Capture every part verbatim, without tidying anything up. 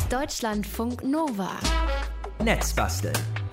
Deutschlandfunk Nova. Netzbasteln.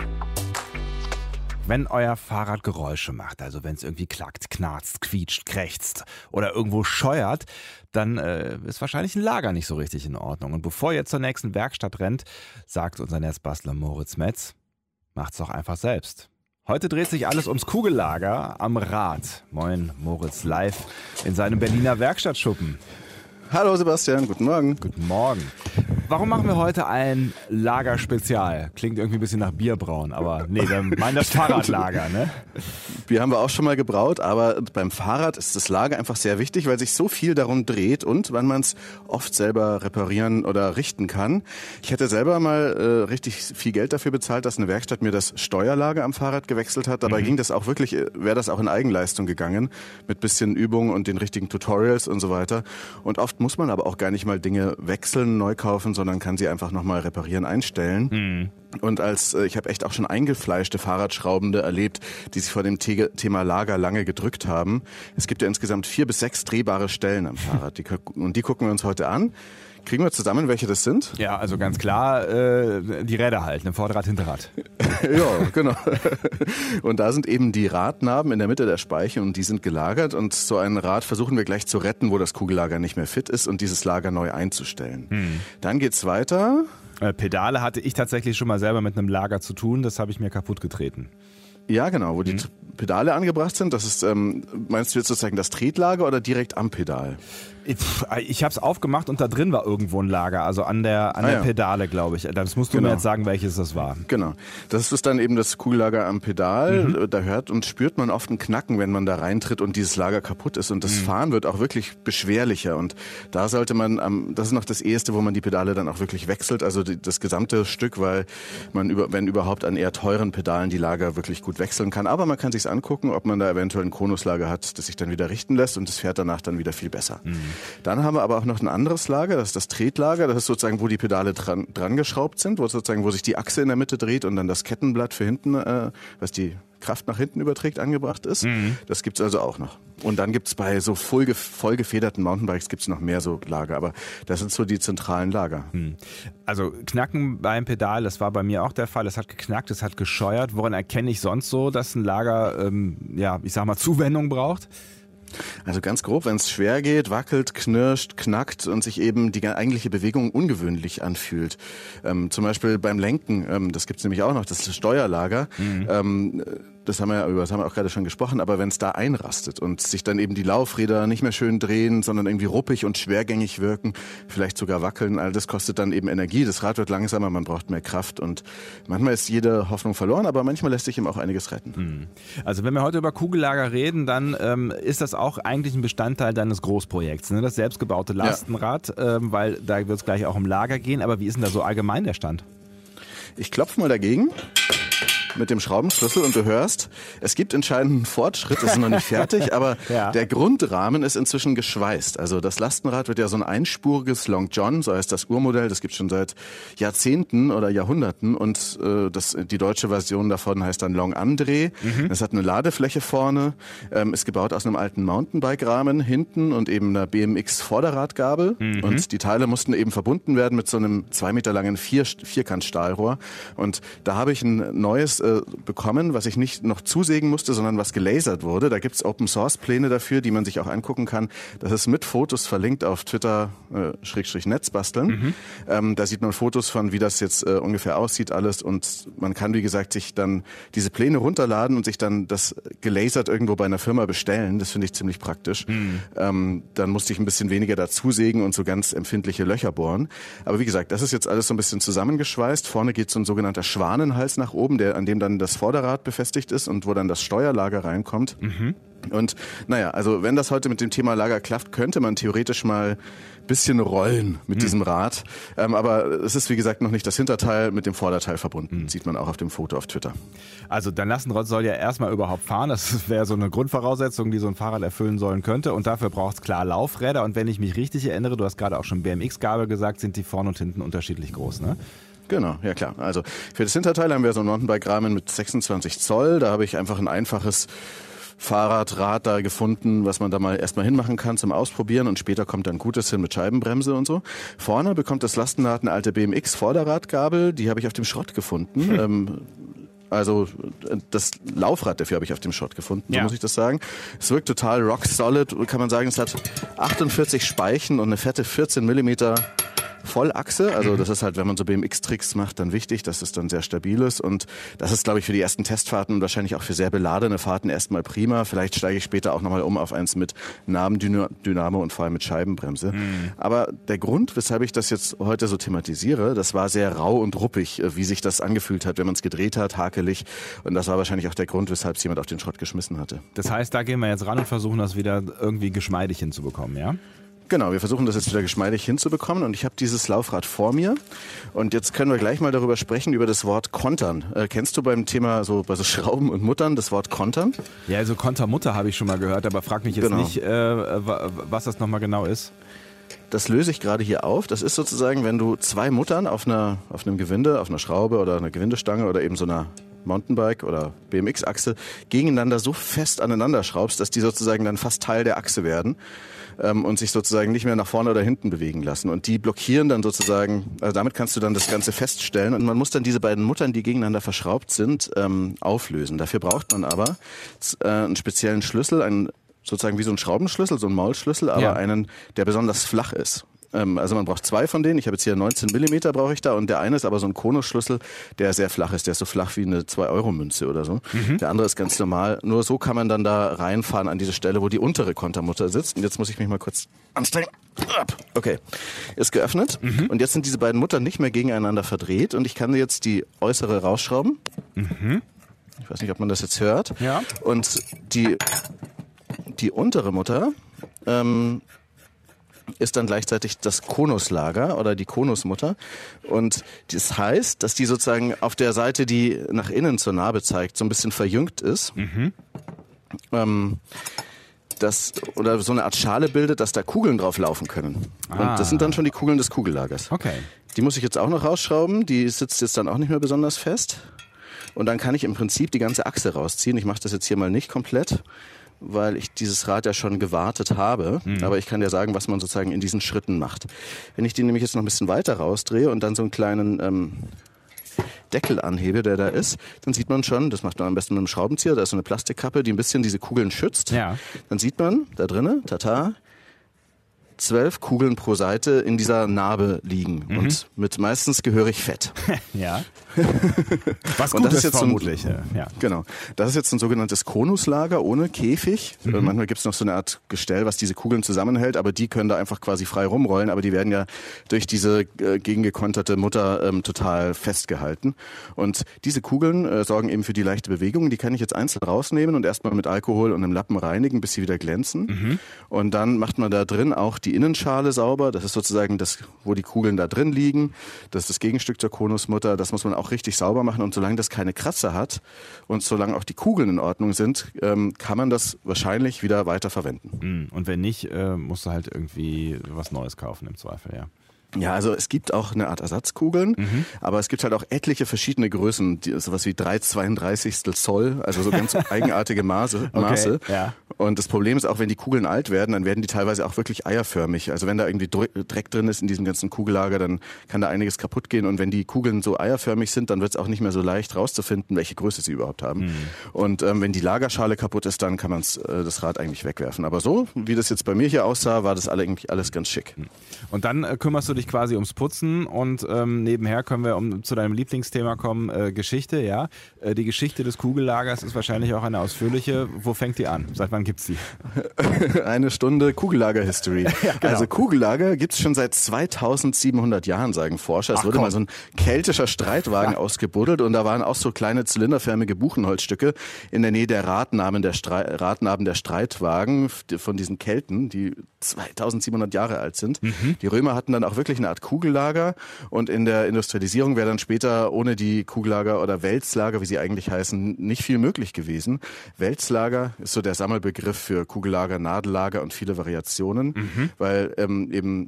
Wenn euer Fahrrad Geräusche macht, also wenn es irgendwie klackt, knarzt, quietscht, krächzt oder irgendwo scheuert, dann äh, ist wahrscheinlich ein Lager nicht so richtig in Ordnung. Und bevor ihr zur nächsten Werkstatt rennt, sagt unser Netzbastler Moritz Metz, macht's doch einfach selbst. Heute dreht sich alles ums Kugellager am Rad. Moin, Moritz, live in seinem Berliner Werkstattschuppen. Hallo Sebastian, guten Morgen. Guten Morgen. Warum machen wir heute ein Lagerspezial? Klingt irgendwie ein bisschen nach Bierbrauen, aber nee, wir meinen das Fahrradlager, ne? Bier haben wir auch schon mal gebraut, aber beim Fahrrad ist das Lager einfach sehr wichtig, weil sich so viel darum dreht und weil man es oft selber reparieren oder richten kann. Ich hätte selber mal äh, richtig viel Geld dafür bezahlt, dass eine Werkstatt mir das Steuerlager am Fahrrad gewechselt hat. Dabei mhm. ging das auch wirklich, wäre das auch in Eigenleistung gegangen, mit bisschen Übung und den richtigen Tutorials und so weiter. Und oft muss man aber auch gar nicht mal Dinge wechseln, neu kaufen, sondern kann sie einfach nochmal reparieren, einstellen. Mhm. Und als ich habe echt auch schon eingefleischte Fahrradschraubende erlebt, die sich vor dem The- Thema Lager lange gedrückt haben. Es gibt ja insgesamt vier bis sechs drehbare Stellen am Fahrrad. Die, und die gucken wir uns heute an. Kriegen wir zusammen, welche das sind? Ja, also ganz klar, äh, die Räder halt, ne? Vorderrad, Hinterrad. Ja, genau. Und da sind eben die Radnaben in der Mitte der Speiche und die sind gelagert. Und so ein Rad versuchen wir gleich zu retten, wo das Kugellager nicht mehr fit ist und dieses Lager neu einzustellen. Hm. Dann geht's weiter. Äh, Pedale hatte ich tatsächlich schon mal selber mit einem Lager zu tun, das habe ich mir kaputt getreten. Ja, genau, wo die mhm. Pedale angebracht sind. Das ist, ähm, meinst du jetzt sozusagen das Tretlager oder direkt am Pedal? Ich, ich habe es aufgemacht und da drin war irgendwo ein Lager, also an der, an ah, der ja. Pedale, glaube ich. Das musst du genau. mir jetzt sagen, welches das war. Genau, das ist dann eben das Kugellager am Pedal. Mhm. Da hört und spürt man oft ein Knacken, wenn man da reintritt und dieses Lager kaputt ist. Und das mhm. Fahren wird auch wirklich beschwerlicher. Und da sollte man, ähm, das ist noch das Eheste, wo man die Pedale dann auch wirklich wechselt. Also die, das gesamte Stück, weil man, über, wenn überhaupt, an eher teuren Pedalen die Lager wirklich gut wechseln kann. Aber man kann sich's angucken, ob man da eventuell ein Konuslager hat, das sich dann wieder richten lässt und es fährt danach dann wieder viel besser. Mhm. Dann haben wir aber auch noch ein anderes Lager, das ist das Tretlager. Das ist sozusagen, wo die Pedale dran, dran geschraubt sind, wo sozusagen, wo sich die Achse in der Mitte dreht und dann das Kettenblatt für hinten, äh, was die Kraft nach hinten überträgt, angebracht ist. Mhm. Das gibt's also auch noch. Und dann gibt's bei so voll, voll gefederten Mountainbikes gibt's noch mehr so Lager, aber das sind so die zentralen Lager. Mhm. Also Knacken beim Pedal, das war bei mir auch der Fall. Es hat geknackt, es hat gescheuert. Woran erkenne ich sonst so, dass ein Lager, ähm, ja, ich sag mal, Zuwendung braucht? Also ganz grob, wenn es schwer geht, wackelt, knirscht, knackt und sich eben die eigentliche Bewegung ungewöhnlich anfühlt. Ähm, zum Beispiel beim Lenken, ähm, das gibt's nämlich auch noch, das ist das Steuerlager. Mhm. Ähm, das haben wir, über das haben wir auch gerade schon gesprochen, aber wenn es da einrastet und sich dann eben die Laufräder nicht mehr schön drehen, sondern irgendwie ruppig und schwergängig wirken, vielleicht sogar wackeln, all das kostet dann eben Energie. Das Rad wird langsamer, man braucht mehr Kraft und manchmal ist jede Hoffnung verloren, aber manchmal lässt sich eben auch einiges retten. Also wenn wir heute über Kugellager reden, dann ähm, ist das auch eigentlich ein Bestandteil deines Großprojekts, ne? Das selbstgebaute Lastenrad, ja. ähm, weil da wird es gleich auch um Lager gehen, aber wie ist denn da so allgemein der Stand? Ich klopfe mal dagegen mit dem Schraubenschlüssel und du hörst, es gibt entscheidenden Fortschritt, das ist noch nicht fertig, aber ja. der Grundrahmen ist inzwischen geschweißt. Also das Lastenrad wird ja so ein einspuriges Long John, so heißt das Urmodell, das gibt es schon seit Jahrzehnten oder Jahrhunderten und äh, das, die deutsche Version davon heißt dann Long André. Mhm. Das hat eine Ladefläche vorne, ähm, ist gebaut aus einem alten Mountainbike-Rahmen hinten und eben einer B M X-Vorderradgabel mhm. und die Teile mussten eben verbunden werden mit so einem zwei Meter langen Vier- Vierkant-Stahlrohr und da habe ich ein neues bekommen, was ich nicht noch zusägen musste, sondern was gelasert wurde. Da gibt's Open-Source-Pläne dafür, die man sich auch angucken kann. Das ist mit Fotos verlinkt auf Twitter, äh, Schrägstrich Netzbasteln. Mhm. Ähm, da sieht man Fotos von, wie das jetzt äh, ungefähr aussieht alles und man kann, wie gesagt, sich dann diese Pläne runterladen und sich dann das gelasert irgendwo bei einer Firma bestellen. Das finde ich ziemlich praktisch. Mhm. Ähm, dann musste ich ein bisschen weniger dazusägen und so ganz empfindliche Löcher bohren. Aber wie gesagt, das ist jetzt alles so ein bisschen zusammengeschweißt. Vorne geht so ein sogenannter Schwanenhals nach oben, der an dem dann das Vorderrad befestigt ist und wo dann das Steuerlager reinkommt. Mhm. Und naja, also wenn das heute mit dem Thema Lager klappt, könnte man theoretisch mal ein bisschen rollen mit mhm. diesem Rad. Ähm, aber es ist wie gesagt noch nicht das Hinterteil mit dem Vorderteil verbunden. Mhm. Sieht man auch auf dem Foto auf Twitter. Also dein Lastenrad soll ja erstmal überhaupt fahren. Das wäre so eine Grundvoraussetzung, die so ein Fahrrad erfüllen sollen könnte. Und dafür braucht es klar Laufräder. Und wenn ich mich richtig erinnere, du hast gerade auch schon B M X-Gabel gesagt, sind die vorne und hinten unterschiedlich groß, ne? Genau, ja klar. Also für das Hinterteil haben wir so einen Mountainbike-Rahmen mit sechsundzwanzig Zoll. Da habe ich einfach ein einfaches Fahrradrad da gefunden, was man da mal erstmal hinmachen kann zum Ausprobieren und später kommt dann Gutes hin mit Scheibenbremse und so. Vorne bekommt das Lastenrad eine alte B M X Vorderradgabel, die habe ich auf dem Schrott gefunden. Hm. Ähm, Also das Laufrad dafür habe ich auf dem Schrott gefunden, so ja. muss ich das sagen. Es wirkt total rock solid, kann man sagen. Es hat achtundvierzig Speichen und eine fette vierzehn Millimeter Vollachse. Also das ist halt, wenn man so B M X-Tricks macht, dann wichtig, dass es dann sehr stabil ist. Und das ist, glaube ich, für die ersten Testfahrten und wahrscheinlich auch für sehr beladene Fahrten erstmal prima. Vielleicht steige ich später auch nochmal um auf eins mit Nabendynamo und vor allem mit Scheibenbremse. Mhm. Aber der Grund, weshalb ich das jetzt heute so thematisiere, das war sehr rau und ruppig, wie sich das angefühlt hat, wenn man es gedreht hat, hakelig. Und das war wahrscheinlich auch der Grund, weshalb es jemand auf den Schrott geschmissen hatte. Das heißt, da gehen wir jetzt ran und versuchen das wieder irgendwie geschmeidig hinzubekommen, ja? Genau, wir versuchen das jetzt wieder geschmeidig hinzubekommen und ich habe dieses Laufrad vor mir und jetzt können wir gleich mal darüber sprechen, über das Wort Kontern. Äh, kennst du beim Thema so bei so Schrauben und Muttern das Wort Kontern? Ja, also Kontermutter habe ich schon mal gehört, aber frag mich jetzt genau. nicht, äh, was das nochmal genau ist. Das löse ich gerade hier auf. Das ist sozusagen, wenn du zwei Muttern auf, einer, auf einem Gewinde, auf einer Schraube oder einer Gewindestange oder eben so einer Mountainbike oder B M X-Achse gegeneinander so fest aneinander schraubst, dass die sozusagen dann fast Teil der Achse werden ähm, und sich sozusagen nicht mehr nach vorne oder hinten bewegen lassen. Und die blockieren dann sozusagen, also damit kannst du dann das Ganze feststellen und man muss dann diese beiden Muttern, die gegeneinander verschraubt sind, ähm, auflösen. Dafür braucht man aber äh, einen speziellen Schlüssel, einen sozusagen wie so ein Schraubenschlüssel, so ein Maulschlüssel, aber ja. einen, der besonders flach ist. Also man braucht zwei von denen. Ich habe jetzt hier neunzehn Millimeter brauche ich da und der eine ist aber so ein Konusschlüssel, der sehr flach ist. Der ist so flach wie eine zwei Euro Münze oder so. Mhm. Der andere ist ganz normal. Nur so kann man dann da reinfahren an diese Stelle, wo die untere Kontermutter sitzt. Und jetzt muss ich mich mal kurz anstrengen. Okay, ist geöffnet. Mhm. Und jetzt sind diese beiden Muttern nicht mehr gegeneinander verdreht und ich kann jetzt die äußere rausschrauben. Mhm. Ich weiß nicht, ob man das jetzt hört. Ja. Und die, die untere Mutter ähm, ist dann gleichzeitig das Konuslager oder die Konusmutter. Und das heißt, dass die sozusagen auf der Seite, die nach innen zur Narbe zeigt, so ein bisschen verjüngt ist. Mhm. Ähm, das, oder so eine Art Schale bildet, dass da Kugeln drauf laufen können. Ah. Und das sind dann schon die Kugeln des Kugellagers. Okay. Die muss ich jetzt auch noch rausschrauben. Die sitzt jetzt dann auch nicht mehr besonders fest. Und dann kann ich im Prinzip die ganze Achse rausziehen. Ich mache das jetzt hier mal nicht komplett, weil ich dieses Rad ja schon gewartet habe. Mhm. Aber ich kann dir sagen, was man sozusagen in diesen Schritten macht. Wenn ich die nämlich jetzt noch ein bisschen weiter rausdrehe und dann so einen kleinen ähm, Deckel anhebe, der da ist, dann sieht man schon, das macht man am besten mit einem Schraubenzieher, da ist so eine Plastikkappe, die ein bisschen diese Kugeln schützt. Ja. Dann sieht man da drinnen, tata, zwölf Kugeln pro Seite in dieser Narbe liegen mhm. und mit meistens gehörig Fett. Ja. Was gut ist, jetzt vermutlich. So ein, ja. Genau. Das ist jetzt ein sogenanntes Konuslager ohne Käfig. Mhm. Manchmal gibt es noch so eine Art Gestell, was diese Kugeln zusammenhält, aber die können da einfach quasi frei rumrollen, aber die werden ja durch diese äh, gegengekonterte Mutter ähm, total festgehalten. Und diese Kugeln äh, sorgen eben für die leichte Bewegung. Die kann ich jetzt einzeln rausnehmen und erstmal mit Alkohol und einem Lappen reinigen, bis sie wieder glänzen. Mhm. Und dann macht man da drin auch die Innenschale sauber. Das ist sozusagen das, wo die Kugeln da drin liegen. Das ist das Gegenstück zur Konusmutter. Das muss man auch richtig sauber machen. Und solange das keine Kratzer hat und solange auch die Kugeln in Ordnung sind, ähm, kann man das wahrscheinlich wieder weiter verwenden. Und wenn nicht, äh, musst du halt irgendwie was Neues kaufen im Zweifel, ja. Ja, also es gibt auch eine Art Ersatzkugeln, mhm. aber es gibt halt auch etliche verschiedene Größen, die, sowas wie drei zweiunddreißigstel Zoll, also so ganz eigenartige Maße. Maße. Okay, ja. Und das Problem ist auch, wenn die Kugeln alt werden, dann werden die teilweise auch wirklich eierförmig. Also wenn da irgendwie Dreck drin ist in diesem ganzen Kugellager, dann kann da einiges kaputt gehen. Und wenn die Kugeln so eierförmig sind, dann wird es auch nicht mehr so leicht rauszufinden, welche Größe sie überhaupt haben. Mhm. Und ähm, wenn die Lagerschale kaputt ist, dann kann man äh, das Rad eigentlich wegwerfen. Aber so, wie das jetzt bei mir hier aussah, war das alle eigentlich alles ganz schick. Und dann äh, kümmerst du dich quasi ums Putzen und ähm, nebenher können wir um, zu deinem Lieblingsthema kommen, äh, Geschichte, ja. Äh, die Geschichte des Kugellagers ist wahrscheinlich auch eine ausführliche. Wo fängt die an? Seit wann gibt's die? Eine Stunde Kugellager-History. Ja, genau. Also Kugellager gibt's schon seit zweitausendsiebenhundert Jahren, sagen Forscher. Es Ach, wurde komm. mal so ein keltischer Streitwagen ja. ausgebuddelt und da waren auch so kleine zylinderförmige Buchenholzstücke in der Nähe der Radnaben der, Streit, Radnaben der Streitwagen von diesen Kelten, die zweitausendsiebenhundert Jahre alt sind. Mhm. Die Römer hatten dann auch wirklich eine Art Kugellager und in der Industrialisierung wäre dann später ohne die Kugellager oder Wälzlager, wie sie eigentlich heißen, nicht viel möglich gewesen. Wälzlager ist so der Sammelbegriff für Kugellager, Nadellager und viele Variationen, mhm. weil ähm, eben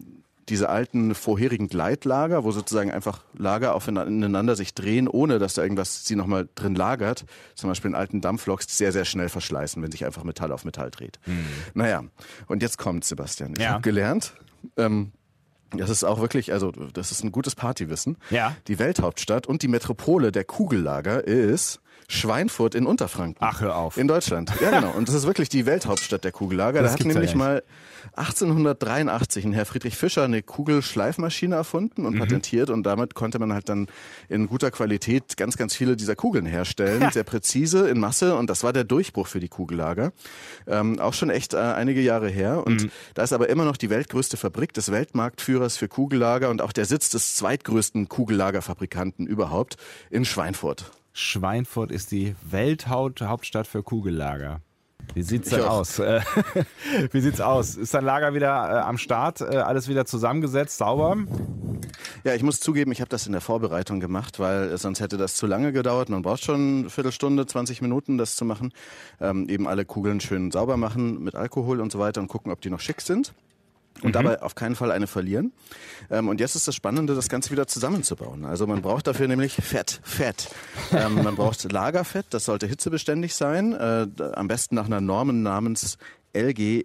diese alten vorherigen Gleitlager, wo sozusagen einfach Lager aufeinander sich drehen, ohne dass da irgendwas sie nochmal drin lagert, zum Beispiel in alten Dampfloks, sehr, sehr schnell verschleißen, wenn sich einfach Metall auf Metall dreht. Mhm. Naja, und jetzt kommt Sebastian. Ich ja. habe gelernt, ähm, das ist auch wirklich, also das ist ein gutes Partywissen. Ja. Die Welthauptstadt und die Metropole der Kugellager ist Schweinfurt in Unterfranken. Ach, hör auf. In Deutschland. Ja, genau. Und das ist wirklich die Welthauptstadt der Kugellager. Das da hat nämlich ja mal achtzehnhundertdreiundachtzig ein Herr Friedrich Fischer eine Kugelschleifmaschine erfunden und mhm. patentiert. Und damit konnte man halt dann in guter Qualität ganz, ganz viele dieser Kugeln herstellen. Ja. Sehr präzise, in Masse. Und das war der Durchbruch für die Kugellager. Ähm, auch schon echt äh, einige Jahre her. Und mhm. da ist aber immer noch die weltgrößte Fabrik des Weltmarktführers für Kugellager und auch der Sitz des zweitgrößten Kugellagerfabrikanten überhaupt in Schweinfurt. Schweinfurt ist die Welthauptstadt für Kugellager. Wie sieht's denn aus? Wie sieht's aus? Ist dein Lager wieder äh, am Start? Äh, alles wieder zusammengesetzt, sauber? Ja, ich muss zugeben, ich habe das in der Vorbereitung gemacht, weil sonst hätte das zu lange gedauert. Man braucht schon eine Viertelstunde, zwanzig Minuten, das zu machen. Ähm, eben alle Kugeln schön sauber machen mit Alkohol und so weiter und gucken, ob die noch schick sind. Und mhm. dabei auf keinen Fall eine verlieren. Ähm, und jetzt ist das Spannende, das Ganze wieder zusammenzubauen. Also man braucht dafür nämlich Fett, Fett. Ähm, man braucht Lagerfett, das sollte hitzebeständig sein. Äh, am besten nach einer Normen namens L G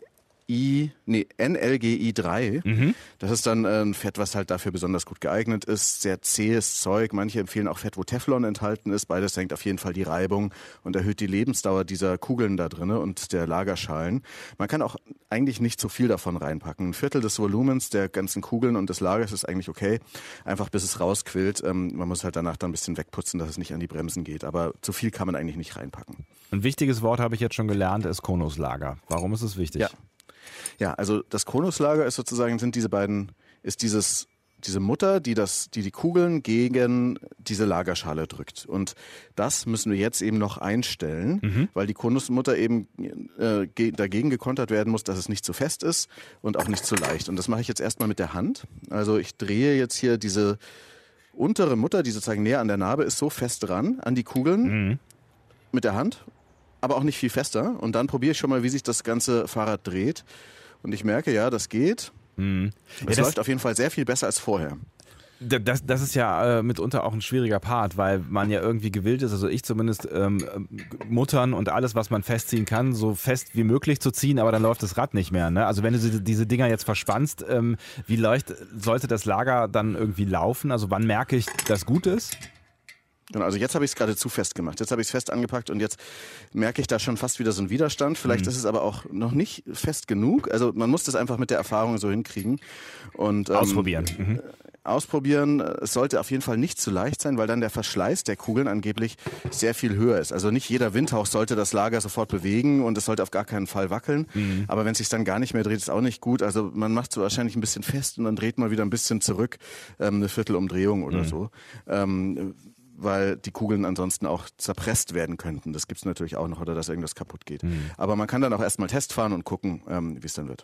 I, nee, N L G I drei. Mhm. Das ist dann ein Fett, was halt dafür besonders gut geeignet ist. Sehr zähes Zeug. Manche empfehlen auch Fett, wo Teflon enthalten ist. Beides senkt auf jeden Fall die Reibung und erhöht die Lebensdauer dieser Kugeln da drin und der Lagerschalen. Man kann auch eigentlich nicht zu viel davon reinpacken. Ein Viertel des Volumens der ganzen Kugeln und des Lagers ist eigentlich okay. Einfach bis es rausquillt. Man muss halt danach dann ein bisschen wegputzen, dass es nicht an die Bremsen geht. Aber zu viel kann man eigentlich nicht reinpacken. Ein wichtiges Wort habe ich jetzt schon gelernt, ist Konuslager. Warum ist es wichtig? Ja. Ja, also das Konuslager ist sozusagen, sind diese beiden, ist dieses, diese Mutter, die das, die die Kugeln gegen diese Lagerschale drückt. Und das müssen wir jetzt eben noch einstellen, mhm. weil die Konusmutter eben äh, ge- dagegen gekontert werden muss, dass es nicht zu fest ist und auch nicht zu leicht. Und das mache ich jetzt erstmal mit der Hand. Also ich drehe jetzt hier diese untere Mutter, die sozusagen näher an der Narbe ist, so fest dran an die Kugeln mhm. mit der Hand. Aber auch nicht viel fester. Und dann probiere ich schon mal, wie sich das ganze Fahrrad dreht. Und ich merke, ja, das geht. Mhm. Es ja, läuft auf jeden Fall sehr viel besser als vorher. Das, das ist ja äh, mitunter auch ein schwieriger Part, weil man ja irgendwie gewillt ist, also ich zumindest, ähm, Muttern und alles, was man festziehen kann, so fest wie möglich zu ziehen, aber dann läuft das Rad nicht mehr. Ne? Also wenn du diese, diese Dinger jetzt verspannst, ähm, wie läuft, sollte das Lager dann irgendwie laufen? Also wann merke ich, dass gut ist? Genau, also jetzt habe ich es gerade zu fest gemacht. Jetzt habe ich es fest angepackt und jetzt merke ich da schon fast wieder so einen Widerstand. Vielleicht mhm. ist es aber auch noch nicht fest genug. Also man muss das einfach mit der Erfahrung so hinkriegen. Und, ähm, ausprobieren. Mhm. Ausprobieren. Es sollte auf jeden Fall nicht zu leicht sein, weil dann der Verschleiß der Kugeln angeblich sehr viel höher ist. Also nicht jeder Windhauch sollte das Lager sofort bewegen und es sollte auf gar keinen Fall wackeln. Mhm. Aber wenn es sich dann gar nicht mehr dreht, ist auch nicht gut. Also man macht so wahrscheinlich ein bisschen fest und dann dreht man wieder ein bisschen zurück, ähm, eine Viertelumdrehung oder mhm. so. Ähm, weil die Kugeln ansonsten auch zerpresst werden könnten. Das gibt's natürlich auch noch, oder dass irgendwas kaputt geht. Mhm. Aber man kann dann auch erstmal Test fahren und gucken, ähm, wie es dann wird.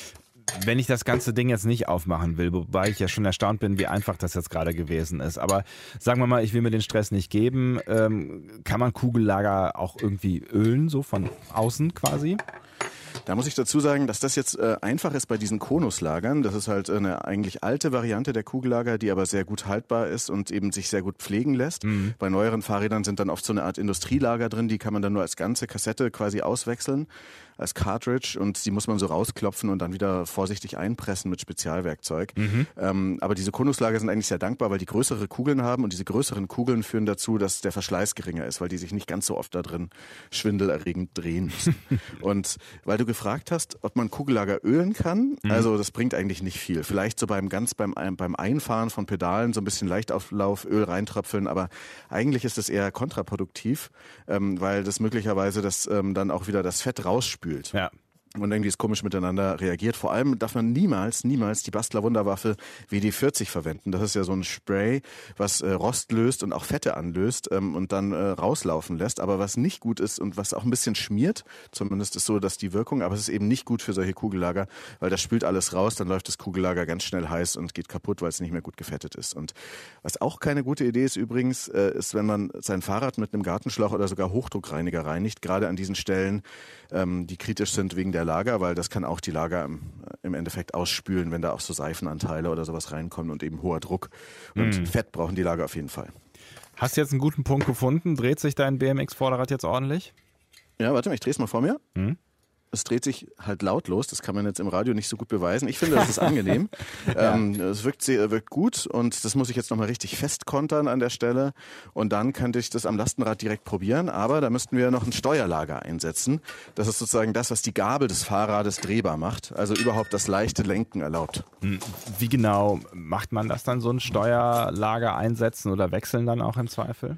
Wenn ich das ganze Ding jetzt nicht aufmachen will, wobei ich ja schon erstaunt bin, wie einfach das jetzt gerade gewesen ist. Aber sagen wir mal, ich will mir den Stress nicht geben. Ähm, kann man Kugellager auch irgendwie ölen, so von außen quasi? Da muss ich dazu sagen, dass das jetzt äh, einfach ist bei diesen Konuslagern. Das ist halt eine eigentlich alte Variante der Kugellager, die aber sehr gut haltbar ist und eben sich sehr gut pflegen lässt. Mhm. Bei neueren Fahrrädern sind dann oft so eine Art Industrielager drin, die kann man dann nur als ganze Kassette quasi auswechseln, als Cartridge, und die muss man so rausklopfen und dann wieder vorsichtig einpressen mit Spezialwerkzeug. Mhm. Ähm, aber diese Konuslager sind eigentlich sehr dankbar, weil die größere Kugeln haben und diese größeren Kugeln führen dazu, dass der Verschleiß geringer ist, weil die sich nicht ganz so oft da drin schwindelerregend drehen müssen. Und weil du gefragt hast, ob man Kugellager ölen kann, mhm. also das bringt eigentlich nicht viel. Vielleicht so beim ganz beim, beim Einfahren von Pedalen so ein bisschen Leichtauflauf, Öl reintröpfeln, aber eigentlich ist das eher kontraproduktiv, ähm, weil das möglicherweise das ähm, dann auch wieder das Fett rausspült. Ja. Und irgendwie ist komisch miteinander reagiert. Vor allem darf man niemals, niemals die Bastler Wunderwaffe W D vierzig verwenden. Das ist ja so ein Spray, was äh, Rost löst und auch Fette anlöst ähm, und dann äh, rauslaufen lässt. Aber was nicht gut ist und was auch ein bisschen schmiert, zumindest ist so, dass die Wirkung, aber es ist eben nicht gut für solche Kugellager, weil das spült alles raus, dann läuft das Kugellager ganz schnell heiß und geht kaputt, weil es nicht mehr gut gefettet ist. Und was auch keine gute Idee ist übrigens, äh, ist, wenn man sein Fahrrad mit einem Gartenschlauch oder sogar Hochdruckreiniger reinigt, gerade an diesen Stellen, ähm, die kritisch sind wegen der Steuerlager, weil das kann auch die Lager im, im Endeffekt ausspülen, wenn da auch so Seifenanteile oder sowas reinkommen und eben hoher Druck. Und mhm. Fett brauchen die Lager auf jeden Fall. Hast du jetzt einen guten Punkt gefunden? Dreht sich dein B M X-Vorderrad jetzt ordentlich? Ja, warte mal, ich drehe es mal vor mir. Mhm. Es dreht sich halt lautlos, das kann man jetzt im Radio nicht so gut beweisen. Ich finde, das ist angenehm. ja. ähm, es wirkt, sehr, wirkt gut und das muss ich jetzt nochmal richtig festkontern an der Stelle. Und dann könnte ich das am Lastenrad direkt probieren, aber da müssten wir noch ein Steuerlager einsetzen. Das ist sozusagen das, was die Gabel des Fahrrades drehbar macht, also überhaupt das leichte Lenken erlaubt. Wie genau macht man das dann, so ein Steuerlager einsetzen oder wechseln dann auch im Zweifel?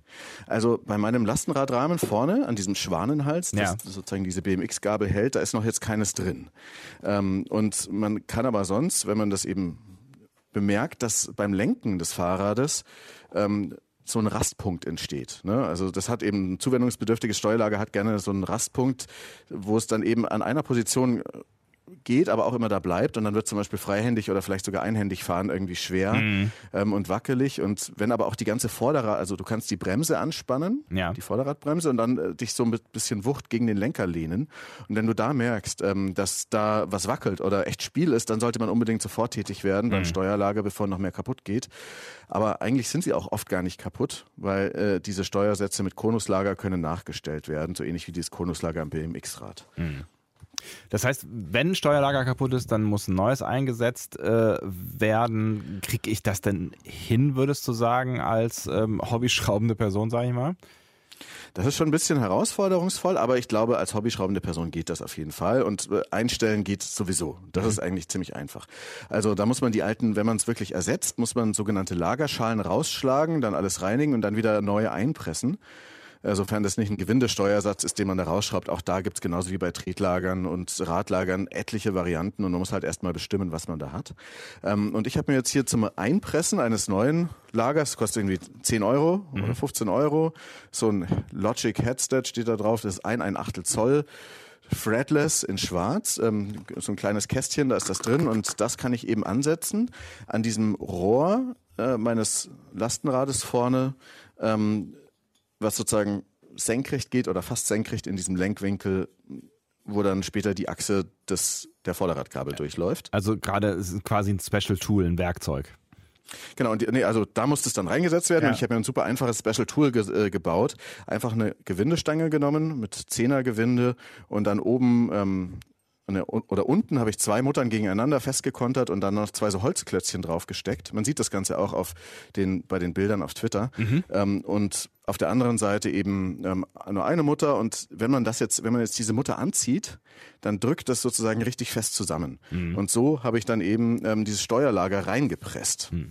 Also bei meinem Lastenradrahmen vorne an diesem Schwanenhals, das ja. sozusagen diese B M X-Gabel hält, da ist noch jetzt keines drin. Ähm, und man kann aber sonst, wenn man das eben bemerkt, dass beim Lenken des Fahrrades ähm, so ein Rastpunkt entsteht. Ne? Also das hat eben ein zuwendungsbedürftiges Steuerlager, hat gerne so einen Rastpunkt, wo es dann eben an einer Position geht, aber auch immer da bleibt und dann wird zum Beispiel freihändig oder vielleicht sogar einhändig fahren irgendwie schwer mhm. ähm, und wackelig und wenn aber auch die ganze Vorderrad, also du kannst die Bremse anspannen, ja. die Vorderradbremse und dann äh, dich so ein bisschen Wucht gegen den Lenker lehnen und wenn du da merkst, ähm, dass da was wackelt oder echt Spiel ist, dann sollte man unbedingt sofort tätig werden mhm. beim Steuerlager, bevor noch mehr kaputt geht. Aber eigentlich sind sie auch oft gar nicht kaputt, weil äh, diese Steuersätze mit Konuslager können nachgestellt werden, so ähnlich wie dieses Konuslager am B M X-Rad. Mhm. Das heißt, wenn ein Steuerlager kaputt ist, dann muss ein neues eingesetzt äh, werden. Kriege ich das denn hin, würdest du sagen, als ähm, hobbyschraubende Person, sage ich mal? Das ist schon ein bisschen herausforderungsvoll, aber ich glaube, als hobbyschraubende Person geht das auf jeden Fall und äh, einstellen geht sowieso. Das mhm. ist eigentlich ziemlich einfach. Also da muss man die alten, wenn man es wirklich ersetzt, muss man sogenannte Lagerschalen rausschlagen, dann alles reinigen und dann wieder neue einpressen. Sofern das nicht ein Gewindesteuersatz ist, den man da rausschraubt, auch da gibt's genauso wie bei Tretlagern und Radlagern etliche Varianten und man muss halt erstmal bestimmen, was man da hat. Und ich habe mir jetzt hier zum Einpressen eines neuen Lagers, kostet irgendwie zehn Euro mhm. oder fünfzehn Euro, so ein Logic Headset steht da drauf, das ist ein, ein Achtel Zoll. Threadless in schwarz, ähm, so ein kleines Kästchen, da ist das drin und das kann ich eben ansetzen an diesem Rohr äh, meines Lastenrades vorne, ähm, was sozusagen senkrecht geht oder fast senkrecht in diesem Lenkwinkel, wo dann später die Achse des, der Vorderradgabel durchläuft. Also gerade ist quasi ein Special Tool, ein Werkzeug. Genau, und die, nee, also da muss das dann reingesetzt werden. Ja. Und ich habe mir ein super einfaches Special Tool ge, äh, gebaut. Einfach eine Gewindestange genommen mit Zehnergewinde und dann oben ähm, eine, oder unten habe ich zwei Muttern gegeneinander festgekontert und dann noch zwei so Holzklötzchen draufgesteckt. Man sieht das Ganze auch auf den, bei den Bildern auf Twitter. Mhm. Ähm, und auf der anderen Seite eben ähm, nur eine Mutter und wenn man das jetzt, wenn man jetzt diese Mutter anzieht, dann drückt das sozusagen richtig fest zusammen. Mhm. Und so habe ich dann eben ähm, dieses Steuerlager reingepresst. Mhm.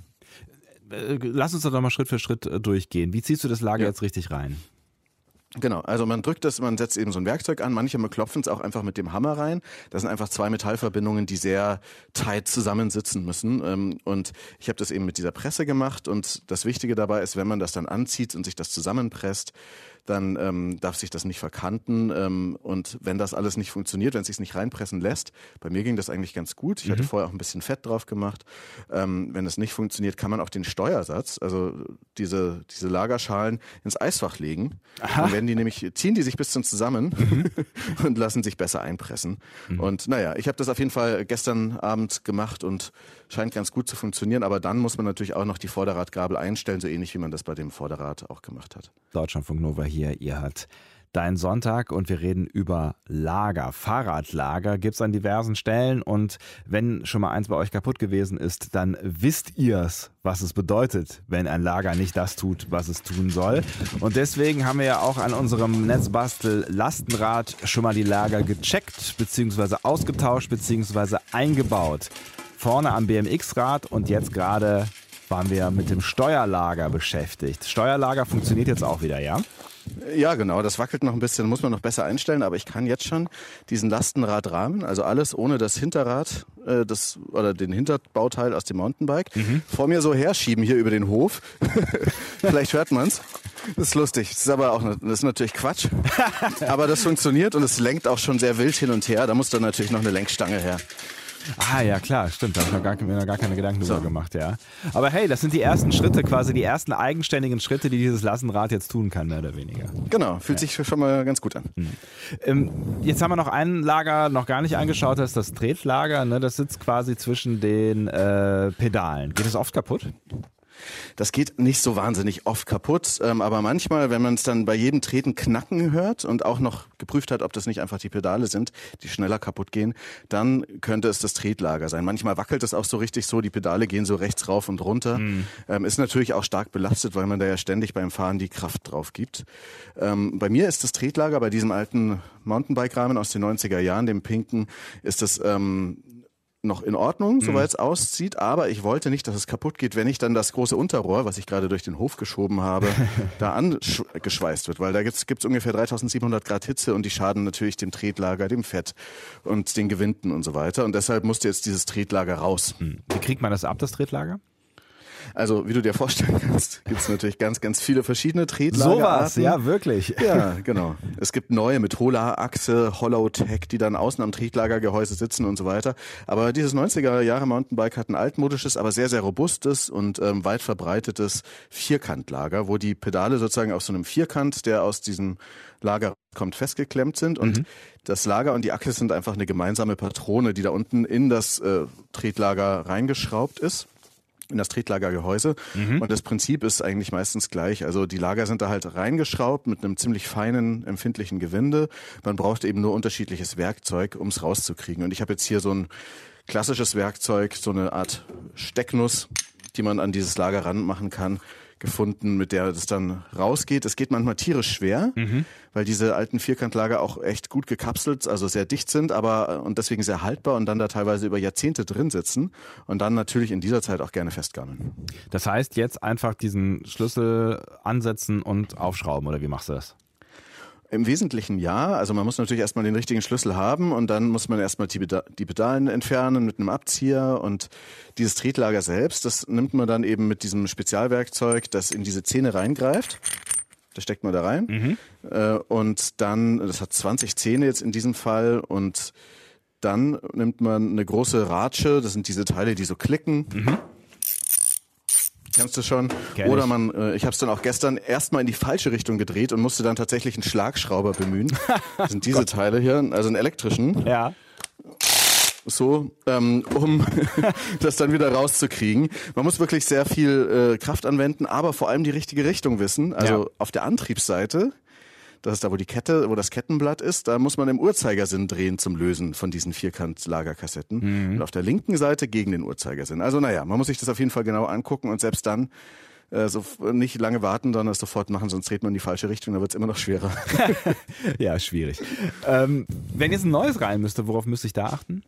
Lass uns doch mal Schritt für Schritt durchgehen. Wie ziehst du das Lager ja. jetzt richtig rein? Genau, also man drückt das, man setzt eben so ein Werkzeug an, manche klopfen es auch einfach mit dem Hammer rein. Das sind einfach zwei Metallverbindungen, die sehr tight zusammensitzen müssen und ich habe das eben mit dieser Presse gemacht und das Wichtige dabei ist, wenn man das dann anzieht und sich das zusammenpresst, dann ähm, darf sich das nicht verkanten ähm, und wenn das alles nicht funktioniert, wenn es sich nicht reinpressen lässt, bei mir ging das eigentlich ganz gut, ich mhm. hatte vorher auch ein bisschen Fett drauf gemacht, ähm, wenn es nicht funktioniert, kann man auch den Steuersatz, also diese, diese Lagerschalen ins Eisfach legen. Aha. Dann werden die nämlich, ziehen die sich bis zum zusammen mhm. und lassen sich besser einpressen. Mhm. Und naja, ich habe das auf jeden Fall gestern Abend gemacht und scheint ganz gut zu funktionieren, aber dann muss man natürlich auch noch die Vorderradgabel einstellen, so ähnlich wie man das bei dem Vorderrad auch gemacht hat. Deutschlandfunk Nova hier, ihr habt Dein Sonntag und wir reden über Lager. Fahrradlager gibt es an diversen Stellen und wenn schon mal eins bei euch kaputt gewesen ist, dann wisst ihr's, was es bedeutet, wenn ein Lager nicht das tut, was es tun soll. Und deswegen haben wir ja auch an unserem Netzbastel-Lastenrad schon mal die Lager gecheckt, beziehungsweise ausgetauscht, beziehungsweise eingebaut. Vorne am B M X-Rad und jetzt gerade waren wir mit dem Steuerlager beschäftigt. Steuerlager funktioniert jetzt auch wieder, ja? Ja, genau. Das wackelt noch ein bisschen, muss man noch besser einstellen. Aber ich kann jetzt schon diesen Lastenradrahmen, also alles ohne das Hinterrad, äh, das oder den Hinterbauteil aus dem Mountainbike, mhm. vor mir so herschieben hier über den Hof. Vielleicht hört man's. Das ist lustig. Das ist aber auch, das ist natürlich Quatsch. Aber das funktioniert und es lenkt auch schon sehr wild hin und her. Da muss dann natürlich noch eine Lenkstange her. Ah ja, klar, stimmt, da habe ich noch gar, mir noch gar keine Gedanken drüber so. gemacht, ja. Aber hey, das sind die ersten Schritte, quasi die ersten eigenständigen Schritte, die dieses Lastenrad jetzt tun kann, mehr oder weniger. Genau, fühlt ja. sich schon mal ganz gut an. Hm. Ähm, jetzt haben wir noch ein Lager noch gar nicht angeschaut, das ist das Tretlager, ne? Das sitzt quasi zwischen den äh, Pedalen. Geht das oft kaputt? Das geht nicht so wahnsinnig oft kaputt, ähm, aber manchmal, wenn man es dann bei jedem Treten knacken hört und auch noch geprüft hat, ob das nicht einfach die Pedale sind, die schneller kaputt gehen, dann könnte es das Tretlager sein. Manchmal wackelt es auch so richtig so, die Pedale gehen so rechts rauf und runter. Mhm. Ähm, ist natürlich auch stark belastet, weil man da ja ständig beim Fahren die Kraft drauf gibt. Ähm, bei mir ist das Tretlager, bei diesem alten Mountainbike-Rahmen aus den neunziger Jahren, dem pinken, ist das ähm, noch in Ordnung, soweit es mhm. aussieht, aber ich wollte nicht, dass es kaputt geht, wenn ich dann das große Unterrohr, was ich gerade durch den Hof geschoben habe, da angeschweißt wird, weil da gibt es ungefähr dreitausendsiebenhundert Grad Hitze und die schaden natürlich dem Tretlager, dem Fett und den Gewinden und so weiter und deshalb musste jetzt dieses Tretlager raus. Mhm. Wie kriegt man das ab, das Tretlager? Also, wie du dir vorstellen kannst, gibt es natürlich ganz, ganz viele verschiedene Tretlagerarten. Sowas, ja, wirklich. Ja, genau. Es gibt neue mit hohler Achse, Hollowtech, die dann außen am Tretlagergehäuse sitzen und so weiter. Aber dieses neunziger Jahre Mountainbike hat ein altmodisches, aber sehr, sehr robustes und ähm, weit verbreitetes Vierkantlager, wo die Pedale sozusagen auf so einem Vierkant, der aus diesem Lager kommt, festgeklemmt sind und mhm. das Lager und die Achse sind einfach eine gemeinsame Patrone, die da unten in das äh, Tretlager reingeschraubt ist. In das Tretlagergehäuse. Mhm. Und das Prinzip ist eigentlich meistens gleich. Also die Lager sind da halt reingeschraubt mit einem ziemlich feinen, empfindlichen Gewinde. Man braucht eben nur unterschiedliches Werkzeug, um es rauszukriegen. Und ich habe jetzt hier so ein klassisches Werkzeug, so eine Art Stecknuss, die man an dieses Lager ranmachen kann, gefunden, mit der das dann rausgeht. Es geht manchmal tierisch schwer, mhm. weil diese alten Vierkantlager auch echt gut gekapselt, also sehr dicht sind, aber und deswegen sehr haltbar und dann da teilweise über Jahrzehnte drin sitzen und dann natürlich in dieser Zeit auch gerne festgammeln. Das heißt, jetzt einfach diesen Schlüssel ansetzen und aufschrauben, oder wie machst du das? Im Wesentlichen ja. Also man muss natürlich erstmal den richtigen Schlüssel haben und dann muss man erstmal die, Peda- die Pedalen entfernen mit einem Abzieher und dieses Tretlager selbst, das nimmt man dann eben mit diesem Spezialwerkzeug, das in diese Zähne reingreift. Das steckt man da rein mhm. äh, und dann, das hat zwanzig Zähne jetzt in diesem Fall und dann nimmt man eine große Ratsche, das sind diese Teile, die so klicken. Mhm. Kennst du schon? Kenn Oder man, äh, ich habe es dann auch gestern erstmal in die falsche Richtung gedreht und musste dann tatsächlich einen Schlagschrauber bemühen. Das sind diese Teile hier, also einen elektrischen. Ja. So, ähm, um das dann wieder rauszukriegen. Man muss wirklich sehr viel äh, Kraft anwenden, aber vor allem die richtige Richtung wissen. Also ja. auf der Antriebsseite, das ist da, wo die Kette, wo das Kettenblatt ist, da muss man im Uhrzeigersinn drehen zum Lösen von diesen Vierkant-Lagerkassetten. Mhm. Und auf der linken Seite gegen den Uhrzeigersinn. Also naja, man muss sich das auf jeden Fall genau angucken und selbst dann äh, so nicht lange warten, sondern es sofort machen, sonst dreht man in die falsche Richtung, dann wird es immer noch schwerer. Ja, schwierig. Ähm, wenn jetzt ein neues rein müsste, worauf müsste ich da achten?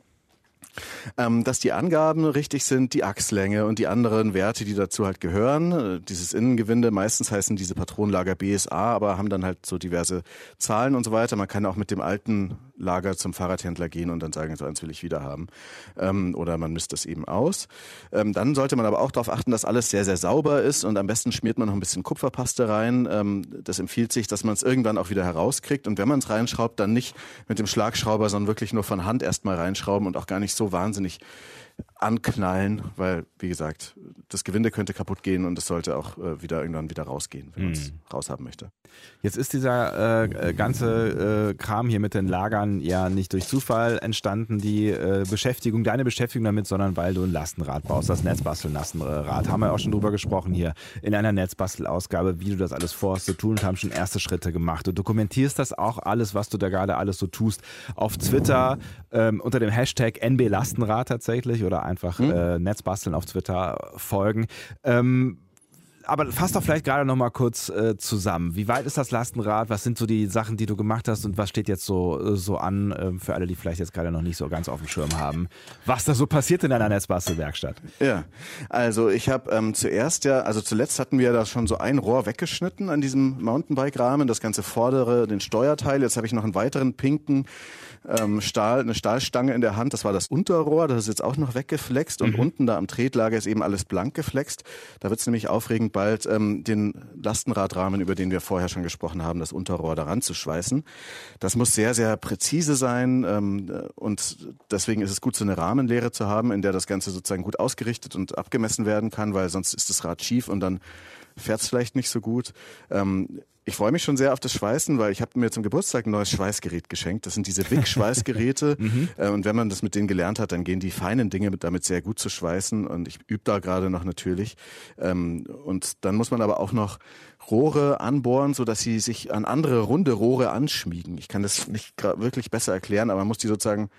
Ähm, dass die Angaben richtig sind, die Achslänge und die anderen Werte, die dazu halt gehören. Dieses Innengewinde, meistens heißen diese Patronenlager B S A, aber haben dann halt so diverse Zahlen und so weiter. Man kann auch mit dem alten Lager zum Fahrradhändler gehen und dann sagen, so eins will ich wieder haben. Ähm, oder man misst das eben aus. Ähm, dann sollte man aber auch darauf achten, dass alles sehr, sehr sauber ist und am besten schmiert man noch ein bisschen Kupferpaste rein. Ähm, das empfiehlt sich, dass man es irgendwann auch wieder herauskriegt und wenn man es reinschraubt, dann nicht mit dem Schlagschrauber, sondern wirklich nur von Hand erstmal reinschrauben und auch gar nicht so wahnsinnig anknallen, weil, wie gesagt, das Gewinde könnte kaputt gehen und es sollte auch äh, wieder irgendwann wieder rausgehen, wenn man es mm. raushaben möchte. Jetzt ist dieser äh, ganze äh, Kram hier mit den Lagern ja nicht durch Zufall entstanden, die äh, Beschäftigung, deine Beschäftigung damit, sondern weil du ein Lastenrad baust, das Netzbastel-Lastenrad. Haben wir auch schon drüber gesprochen hier in einer Netzbastel-Ausgabe, wie du das alles vorhast zu tun und haben schon erste Schritte gemacht. Du dokumentierst das auch alles, was du da gerade alles so tust, auf Twitter ähm, unter dem Hashtag N B Lastenrad tatsächlich oder einfach hm? äh, Netzbasteln auf Twitter folgen. Ähm, aber fass doch vielleicht gerade noch mal kurz äh, zusammen. Wie weit ist das Lastenrad? Was sind so die Sachen, die du gemacht hast und was steht jetzt so, so an äh, für alle, die vielleicht jetzt gerade noch nicht so ganz auf dem Schirm haben, was da so passiert in einer Netzbastelwerkstatt? Ja, also ich habe ähm, zuerst ja, also zuletzt hatten wir da schon so ein Rohr weggeschnitten an diesem Mountainbike-Rahmen, das ganze vordere, den Steuerteil. Jetzt habe ich noch einen weiteren pinken ähm, Stahl, eine Stahlstange in der Hand. Das war das Unterrohr, das ist jetzt auch noch weggeflext und mhm. unten da am Tretlager ist eben alles blank geflext. Da wird es nämlich aufregend bald, ähm, den Lastenradrahmen, über den wir vorher schon gesprochen haben, das Unterrohr daran zu schweißen. Das muss sehr, sehr präzise sein ähm, und deswegen ist es gut, so eine Rahmenlehre zu haben, in der das Ganze sozusagen gut ausgerichtet und abgemessen werden kann, weil sonst ist das Rad schief und dann fährt es vielleicht nicht so gut. Ähm, Ich freue mich schon sehr auf das Schweißen, weil ich habe mir zum Geburtstag ein neues Schweißgerät geschenkt. Das sind diese Wick-Schweißgeräte. mhm. äh, und wenn man das mit denen gelernt hat, dann gehen die feinen Dinge damit sehr gut zu schweißen. Und ich übe da gerade noch natürlich. Ähm, und dann muss man aber auch noch Rohre anbohren, sodass sie sich an andere runde Rohre anschmiegen. Ich kann das nicht wirklich besser erklären, aber man muss die sozusagen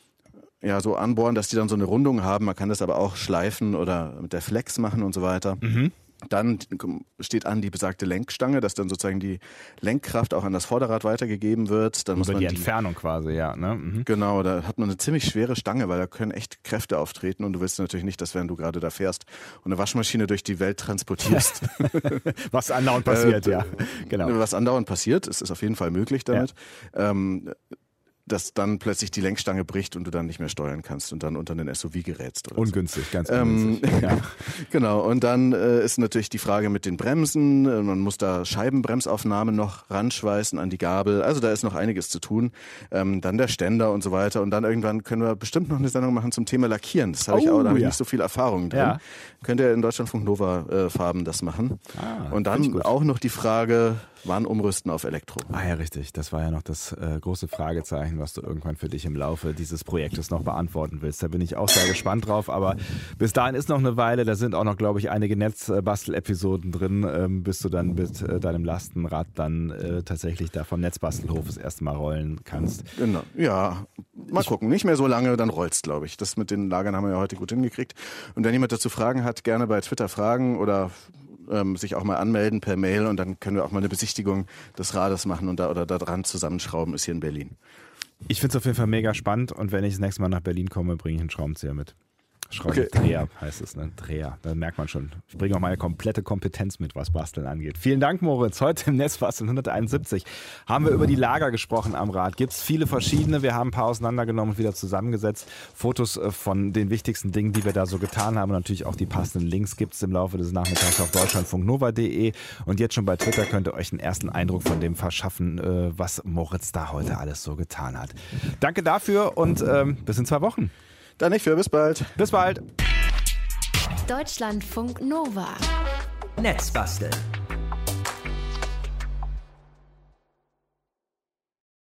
ja so anbohren, dass die dann so eine Rundung haben. Man kann das aber auch schleifen oder mit der Flex machen und so weiter. Mhm. Dann steht an die besagte Lenkstange, dass dann sozusagen die Lenkkraft auch an das Vorderrad weitergegeben wird. Dann muss Über man die die Entfernung quasi, ja. Ne? Mhm. Genau, da hat man eine ziemlich schwere Stange, weil da können echt Kräfte auftreten und du willst natürlich nicht, dass während du gerade da fährst und eine Waschmaschine durch die Welt transportierst. Was andauernd passiert, äh, ja. Genau. Was andauernd passiert, es ist auf jeden Fall möglich damit. Ja. Ähm, dass dann plötzlich die Lenkstange bricht und du dann nicht mehr steuern kannst und dann unter den S U V gerätst. Oder ungünstig, so. ganz ungünstig. Ähm, ja. Genau, und dann äh, ist natürlich die Frage mit den Bremsen. Man muss da Scheibenbremsaufnahmen noch ranschweißen an die Gabel. Also da ist noch einiges zu tun. Ähm, dann der Ständer und so weiter. Und dann irgendwann können wir bestimmt noch eine Sendung machen zum Thema Lackieren. Das habe ich oh, auch, da habe ich ja. nicht so viel Erfahrung drin. Ja. Könnt ihr in Deutschlandfunk Nova äh, Farben das machen. Ah, und dann auch noch die Frage, wann umrüsten auf Elektro? Ah ja, richtig. Das war ja noch das äh, große Fragezeichen, was du irgendwann für dich im Laufe dieses Projektes noch beantworten willst. Da bin ich auch sehr gespannt drauf. Aber bis dahin ist noch eine Weile. Da sind auch noch, glaube ich, einige Netzbastel-Episoden drin, ähm, bis du dann mit äh, deinem Lastenrad dann äh, tatsächlich da vom Netzbastelhof das erste Mal rollen kannst. Genau. Ja, mal ich gucken. Nicht mehr so lange, dann rollt's, glaube ich. Das mit den Lagern haben wir ja heute gut hingekriegt. Und wenn jemand dazu Fragen hat, gerne bei Twitter fragen oder Ähm, sich auch mal anmelden per Mail und dann können wir auch mal eine Besichtigung des Rades machen und da oder da dran zusammenschrauben, ist hier in Berlin. Ich finde es auf jeden Fall mega spannend und wenn ich das nächste Mal nach Berlin komme, bringe ich einen Schraubenzieher mit. Schraubendreher okay. heißt es, ne? Dreher. Da merkt man schon. Ich bringe auch meine komplette Kompetenz mit, was Basteln angeht. Vielen Dank, Moritz. Heute im Netzbasteln hunderteinundsiebzig haben wir über die Lager gesprochen am Rad. Gibt es viele verschiedene. Wir haben ein paar auseinandergenommen und wieder zusammengesetzt. Fotos von den wichtigsten Dingen, die wir da so getan haben. Und natürlich auch die passenden Links gibt es im Laufe des Nachmittags auf deutschlandfunknova punkt de. Und jetzt schon bei Twitter könnt ihr euch einen ersten Eindruck von dem verschaffen, was Moritz da heute alles so getan hat. Danke dafür und ähm, bis in zwei Wochen. Dann nicht für, bis bald. Bis bald. Deutschlandfunk Nova. Netzbasteln.